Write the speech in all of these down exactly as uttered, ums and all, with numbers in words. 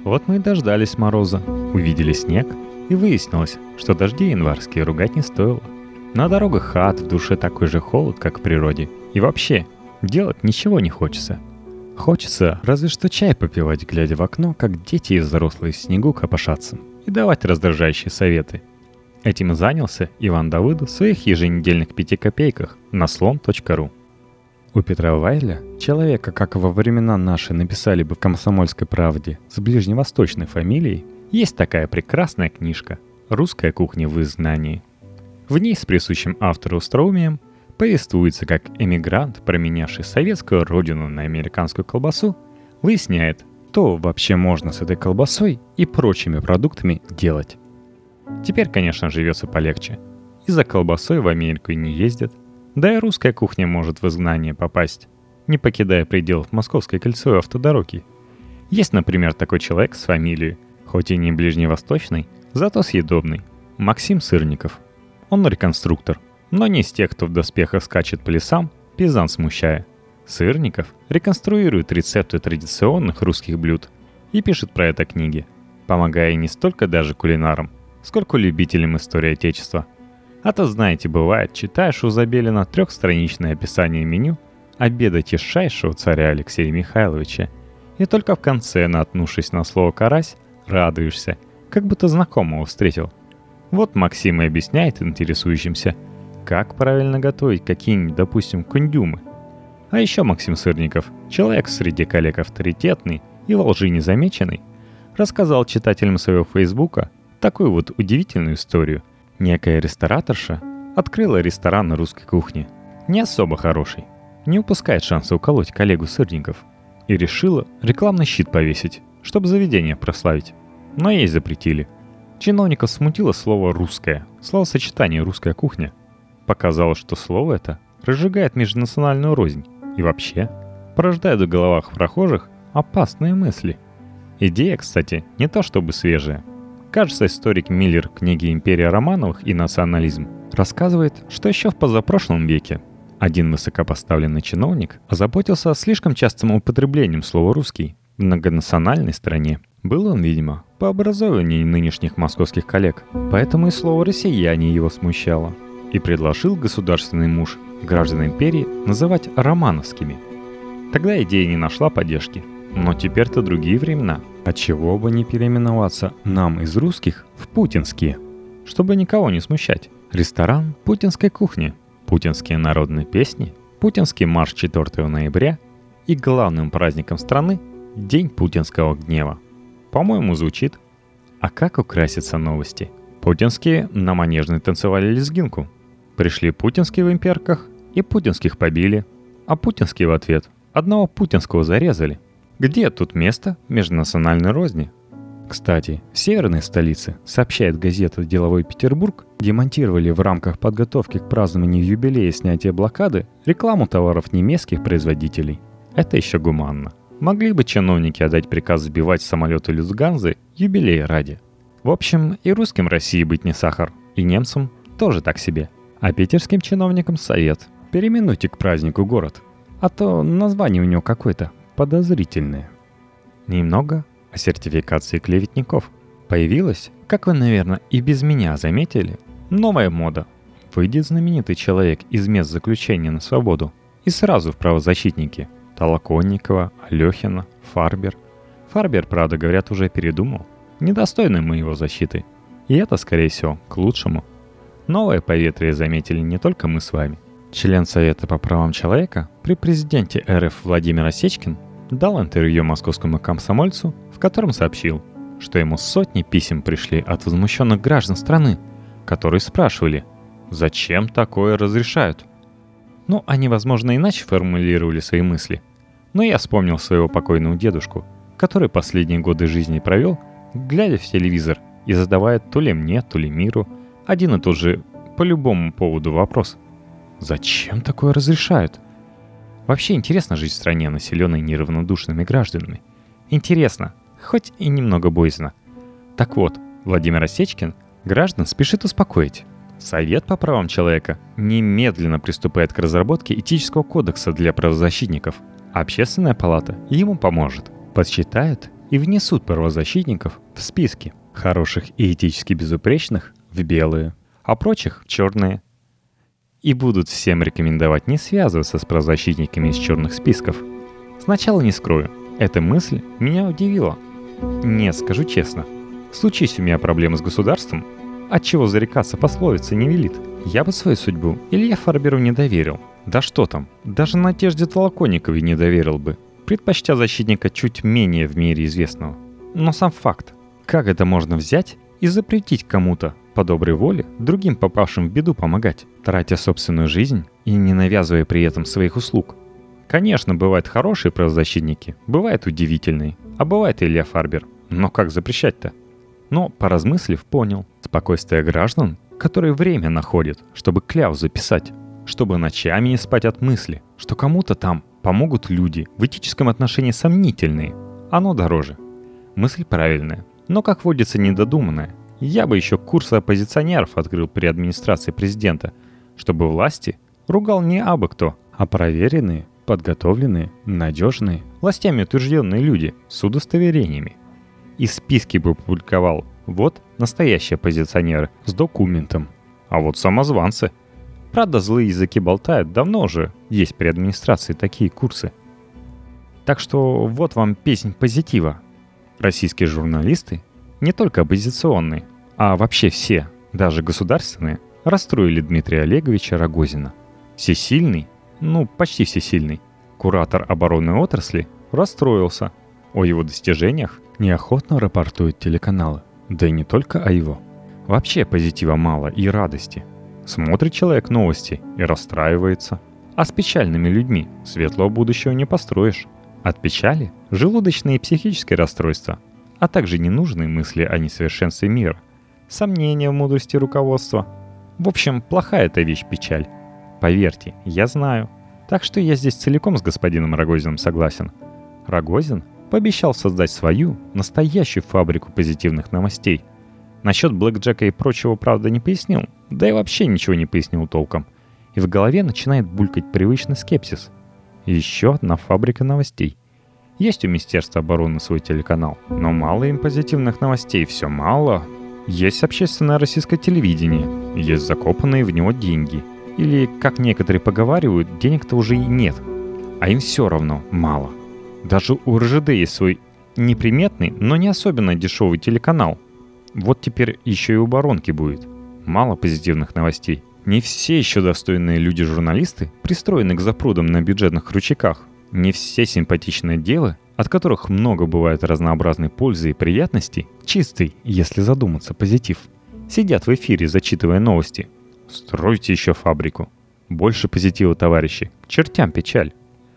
Вот мы и дождались мороза, увидели снег, и выяснилось, что дожди январские ругать не стоило. На дорогах ад, в душе такой же холод, как в природе. И вообще, делать ничего не хочется. Хочется разве что чай попивать, глядя в окно, как дети и взрослые в снегу копошатся, и давать раздражающие советы. Этим и занялся Иван Давыдов в своих еженедельных пяти копейках на слон точка ру. У Петра Вайля, человека, как во времена наши написали бы в «Комсомольской правде» с ближневосточной фамилией, есть такая прекрасная книжка «Русская кухня в изгнании». В ней с присущим автору остроумием повествуется, как эмигрант, променявший советскую родину на американскую колбасу, выясняет, что вообще можно с этой колбасой и прочими продуктами делать. Теперь, конечно, живется полегче. И за колбасой в Америку и не ездят. Да и русская кухня может в изгнание попасть, не покидая пределов Московской кольцевой автодороги. Есть, например, такой человек с фамилией, хоть и не ближневосточный, зато съедобный, Максим Сырников. Он реконструктор, но не из тех, кто в доспехах скачет по лесам, пейзан смущая. Сырников реконструирует рецепты традиционных русских блюд и пишет про это книги, помогая не столько даже кулинарам, сколько любителям истории Отечества. А то, знаете, бывает, читаешь у Забелина трехстраничное описание меню обеда тишайшего царя Алексея Михайловича, и только в конце, наткнувшись на слово «карась», радуешься, как будто знакомого встретил. Вот Максим и объясняет интересующимся, как правильно готовить какие-нибудь, допустим, кундюмы. А еще Максим Сырников, человек среди коллег авторитетный и во лжи незамеченный, рассказал читателям своего фейсбука такую вот удивительную историю. Некая рестораторша открыла ресторан на русской кухне, не особо хороший, не упускает шанса уколоть коллегу Сырников, и решила рекламный щит повесить, чтобы заведение прославить. Но ей запретили. Чиновников смутило слово «русское», словосочетание «русская кухня». Показалось, что слово это разжигает межнациональную рознь и вообще порождает в головах прохожих опасные мысли. Идея, кстати, не то чтобы свежая. Кажется, историк Миллер в книге «Империя Романовых и национализм» рассказывает, что еще в позапрошлом веке один высокопоставленный чиновник озаботился слишком частым употреблением слова «русский» в многонациональной стране. Был он, видимо, по образованию нынешних московских коллег, поэтому и слово «россияне» его смущало, и предложил государственный муж граждан империи называть романовскими. Тогда идея не нашла поддержки, но теперь-то другие времена. Отчего бы не переименоваться нам из русских в путинские, чтобы никого не смущать. Ресторан путинской кухни, путинские народные песни, путинский марш четвёртого ноября и главным праздником страны – День путинского гнева. По-моему, звучит. А как украсятся новости? Путинские на Манежной танцевали лезгинку. Пришли путинские в имперках и путинских побили, а путинские в ответ одного путинского зарезали. Где тут место межнациональной розни? Кстати, в северной столице, сообщает газета «Деловой Петербург», демонтировали в рамках подготовки к празднованию юбилея снятия блокады рекламу товаров немецких производителей. Это еще гуманно. Могли бы чиновники отдать приказ сбивать самолеты Люфтганзы юбилея ради. В общем, и русским России быть не сахар, и немцам тоже так себе. А питерским чиновникам совет: переименуйте к празднику город, а то название у него какое-то подозрительное. Немного о сертификации клеветников. Появилась, как вы, наверное, и без меня заметили, новая мода. Выйдет знаменитый человек из мест заключения на свободу и сразу в правозащитники. Толоконникова, Алехина, Фарбер. Фарбер, правда, говорят, уже передумал. Недостойны мы его защиты. И это, скорее всего, к лучшему. Новое поветрие заметили не только мы с вами. Член Совета по правам человека при президенте эр эф Владимир Осечкин дал интервью московскому комсомольцу, в котором сообщил, что ему сотни писем пришли от возмущенных граждан страны, которые спрашивали, зачем такое разрешают. Ну, они, возможно, иначе формулировали свои мысли. Но я вспомнил своего покойного дедушку, который последние годы жизни провел, глядя в телевизор и задавая то ли мне, то ли миру один и тот же по любому поводу вопрос. Зачем такое разрешают? Вообще интересно жить в стране, населенной неравнодушными гражданами. Интересно, хоть и немного боязно. Так вот, Владимир Осечкин граждан спешит успокоить. Совет по правам человека немедленно приступает к разработке этического кодекса для правозащитников. Общественная палата ему поможет. Подсчитает, и внесут правозащитников в списки, хороших и этически безупречных в белые, а прочих в черные. И будут всем рекомендовать не связываться с правозащитниками из черных списков. Сначала не скрою, эта мысль меня удивила. Не, скажу честно, случись у меня проблемы с государством, отчего зарекаться пословица не велит, я бы свою судьбу Илье Фарберу не доверил. Да что там, даже Надежде Толоконниковой не доверил бы, предпочтя защитника чуть менее в мире известного. Но сам факт, как это можно взять и запретить кому-то по доброй воле другим попавшим в беду помогать, тратя собственную жизнь и не навязывая при этом своих услуг? Конечно, бывают хорошие правозащитники, бывают удивительные, а бывает и Илья Фарбер. Но как запрещать-то? Но, поразмыслив, понял. Спокойствие граждан, которые время находят, чтобы кляв записать, чтобы ночами не спать от мысли, что кому-то там помогут люди в этическом отношении сомнительные. Оно дороже. Мысль правильная, но, как водится, недодуманная. Я бы еще курсы оппозиционеров открыл при администрации президента, чтобы власти ругал не абы кто, а проверенные, подготовленные, надежные, властями утвержденные люди с удостоверениями. И списки бы публиковал. Вот настоящие оппозиционеры с документом. А вот самозванцы. Правда, злые языки болтают, давно уже есть при администрации такие курсы. Так что вот вам песнь позитива. Российские журналисты, не только оппозиционные, а вообще все, даже государственные, расстроили Дмитрия Олеговича Рогозина. Всесильный, ну почти всесильный, куратор оборонной отрасли расстроился. О его достижениях неохотно рапортуют телеканалы. Да и не только о его. Вообще позитива мало и радости. Смотрит человек новости и расстраивается. А с печальными людьми светлого будущего не построишь. От печали – желудочные и психические расстройства, а также ненужные мысли о несовершенстве мира, сомнения в мудрости руководства. В общем, плохая эта вещь печаль. Поверьте, я знаю. Так что я здесь целиком с господином Рогозиным согласен. Рогозин пообещал создать свою, настоящую фабрику позитивных новостей. Насчет блэкджека и прочего, правда, не пояснил, да и вообще ничего не пояснил толком. И в голове начинает булькать привычный скепсис. И еще одна фабрика новостей. Есть у Министерства обороны свой телеканал, но мало им позитивных новостей, все мало. Есть общественное российское телевидение, есть закопанные в него деньги. Или, как некоторые поговаривают, денег-то уже и нет. А им все равно мало. Даже у эр жэ дэ есть свой неприметный, но не особенно дешевый телеканал. Вот теперь еще и у Баронки будет. Мало позитивных новостей. Не все еще достойные люди-журналисты пристроены к запрудам на бюджетных ручейках. Не все симпатичные девы, от которых много бывает разнообразной пользы и приятностей, чистый, если задуматься, позитив, сидят в эфире, зачитывая новости. Стройте еще фабрику. Больше позитива, товарищи. К чертям печаль.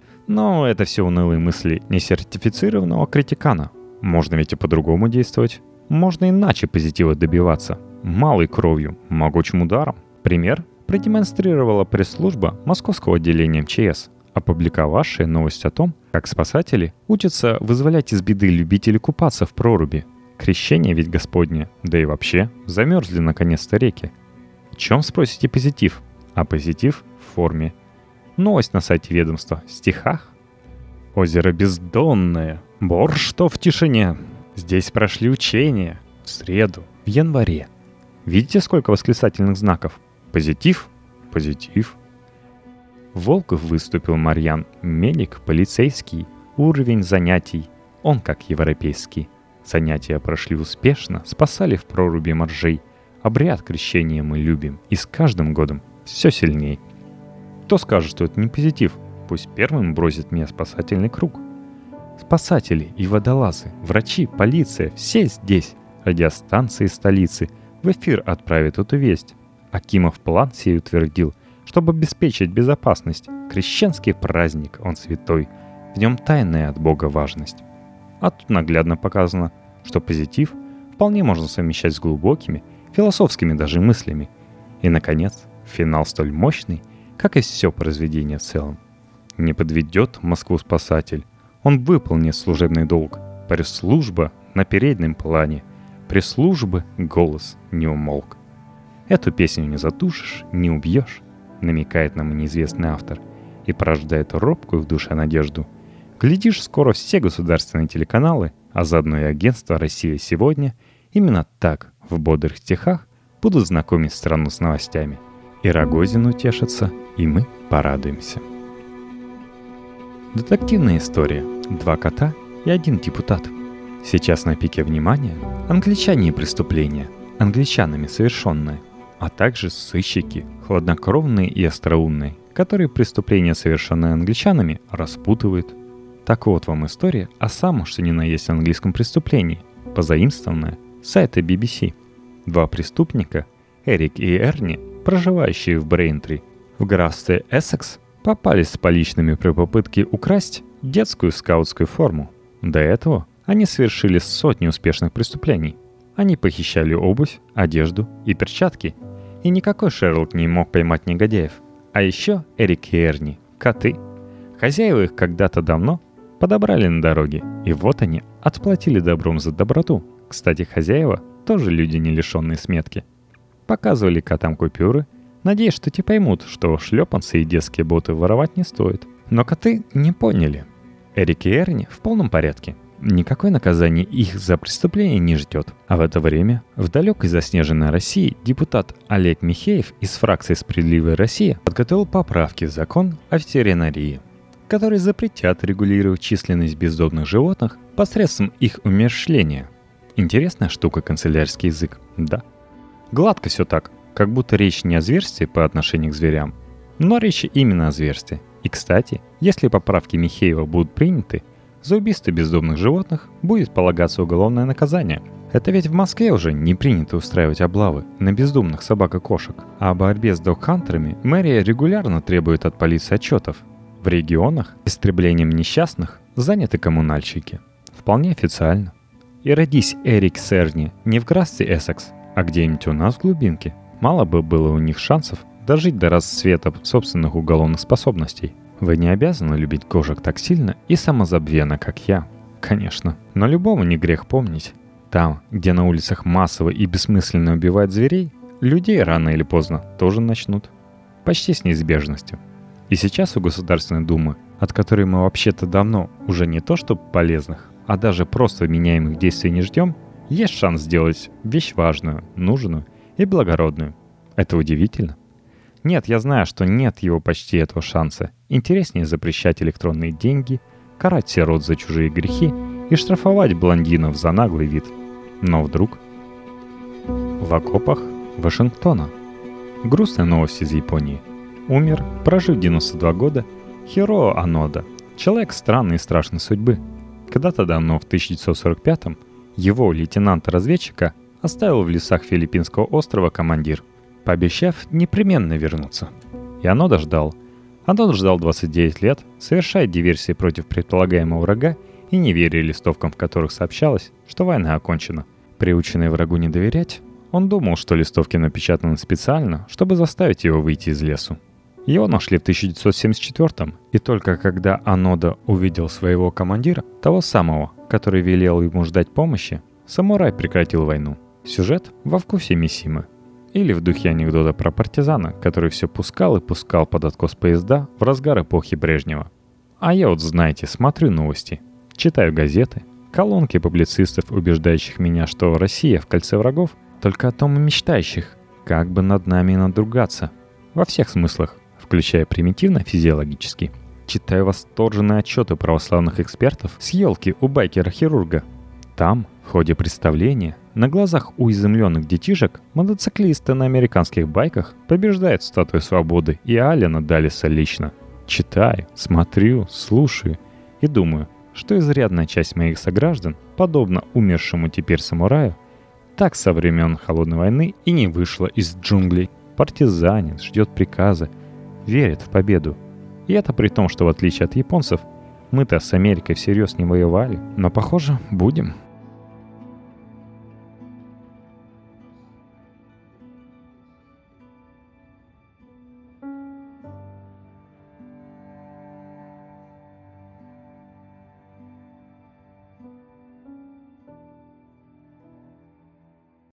Но это все унылые мысли несертифицированного критикана. Можно ведь и по-другому действовать. Можно иначе позитива добиваться. Малой кровью, могучим ударом. Пример продемонстрировала пресс-служба Московского отделения эм че эс, опубликовавшая новость о том, как спасатели учатся вызволять из беды любителей купаться в проруби. Крещение ведь Господне, да и вообще, замерзли наконец-то реки. В чем, спросите, позитив? А позитив в форме. Новость на сайте ведомства в стихах. Озеро бездонное, бор что в тишине. Здесь прошли учения в среду, в январе. Видите, сколько восклицательных знаков? Позитив? Позитив. Волков выступил Марьян, Мелик полицейский, уровень занятий, он как европейский. Занятия прошли успешно, спасали в проруби моржей. Обряд крещения мы любим, и с каждым годом все сильней. Кто скажет, что это не позитив? Пусть первым бросит меня спасательный круг. Спасатели и водолазы, врачи, полиция, все здесь. Радиостанции столицы в эфир отправят эту весть. Акимов план сей утвердил, чтобы обеспечить безопасность. Крещенский праздник, он святой. В нем тайная от Бога важность. А тут наглядно показано, что позитив вполне можно совмещать с глубокими, философскими даже мыслями. И, наконец, финал столь мощный, как и все произведение в целом. Не подведет Москву спасатель. Он выполнит служебный долг. Пресс-служба на переднем плане. Пресс-службы голос не умолк. Эту песню не затушишь, не убьешь, намекает нам неизвестный автор, и порождает робкую в душе надежду. Глядишь, скоро все государственные телеканалы а заодно и агентство «Россия сегодня» именно так, в бодрых стихах, будут знакомить страну с новостями. И Рогозин утешится, и мы порадуемся. Детективная история. Два кота и один депутат. Сейчас на пике внимания англичане и преступления, англичанами совершенные, а также сыщики, хладнокровные и остроумные, которые преступления, совершенные англичанами, распутывают. Так вот вам история о самом что ни на есть английском преступлении, позаимствованная с сайта би би си. Два преступника, Эрик и Эрни, проживающие в Брейнтри, в графстве Эссекс, попались с поличными при попытке украсть детскую скаутскую форму. До этого они совершили сотни успешных преступлений. Они похищали обувь, одежду и перчатки, и никакой Шерлок не мог поймать негодяев. А еще Эрик и Эрни — коты. Хозяева их когда-то давно подобрали на дороге, и вот они отплатили добром за доброту. Кстати, хозяева тоже люди, не лишенные сметки. Показывали котам купюры, надеясь, что те поймут, что шлепанцы и детские боты воровать не стоит. Но коты не поняли. Эрик и Эрни в полном порядке. Никакое наказание их за преступление не ждет. А в это время в далекой заснеженной России депутат Олег Михеев из фракции «Справедливая Россия» подготовил поправки в закон о ветеринарии, которые запретят регулировать численность бездомных животных посредством их умерщвления. Интересная штука канцелярский язык, да? Гладко все так, как будто речь не о зверстве по отношению к зверям, но речь именно о зверстве. И, кстати, если поправки Михеева будут приняты, за убийство бездомных животных будет полагаться уголовное наказание. Это ведь в Москве уже не принято устраивать облавы на бездомных собак и кошек. А о борьбе с догхантерами мэрия регулярно требует от полиции отчетов. В регионах истреблением несчастных заняты коммунальщики. Вполне официально. И родись Эрик с Эрни не в графстве Эссекс, а где-нибудь у нас в глубинке, мало бы было у них шансов дожить до расцвета собственных уголовных способностей. Вы не обязаны любить кошек так сильно и самозабвенно, как я. Конечно. Но любому не грех помнить. Там, где на улицах массово и бессмысленно убивают зверей, людей рано или поздно тоже начнут. Почти с неизбежностью. И сейчас у Государственной Думы, от которой мы вообще-то давно уже не то что полезных, а даже просто меняемых действий не ждем, есть шанс сделать вещь важную, нужную и благородную. Это удивительно. Нет, я знаю, что нет его почти этого шанса. Интереснее запрещать электронные деньги, карать сирот за чужие грехи и штрафовать блондинов за наглый вид. Но вдруг... В окопах Вашингтона. Грустная новость из Японии. Умер, прожив девяносто два года, Хироо Анода, человек странной и страшной судьбы. Когда-то давно, в тысяча девятьсот сорок пятом, его, лейтенанта-разведчика, оставил в лесах филиппинского острова командир, пообещав непременно вернуться. И Анода ждал. Анода ждал двадцать девять лет, совершая диверсии против предполагаемого врага и не веря листовкам, в которых сообщалось, что война окончена. Приученный врагу не доверять, он думал, что листовки напечатаны специально, чтобы заставить его выйти из лесу. Его нашли в тысяча девятьсот семьдесят четвёртом, и только когда Анода увидел своего командира, того самого, который велел ему ждать помощи, самурай прекратил войну. Сюжет во вкусе Мисимы. Или в духе анекдота про партизана, который все пускал и пускал под откос поезда в разгар эпохи Брежнева. А я вот, знаете, смотрю новости, читаю газеты, колонки публицистов, убеждающих меня, что Россия в кольце врагов, только о том и мечтающих, как бы над нами надругаться. Во всех смыслах, включая примитивно-физиологический. Читаю восторженные отчеты православных экспертов с елки у байкера-хирурга. Там, в ходе представления, на глазах у изумленных детишек мотоциклисты на американских байках побеждают статую свободы и Алена Даллеса лично. Читаю, смотрю, слушаю и думаю, что изрядная часть моих сограждан, подобно умершему теперь самураю, так со времен Холодной войны и не вышла из джунглей, партизанит, ждет приказа, верит в победу. И это при том, что в отличие от японцев, мы-то с Америкой всерьез не воевали, но, похоже, будем.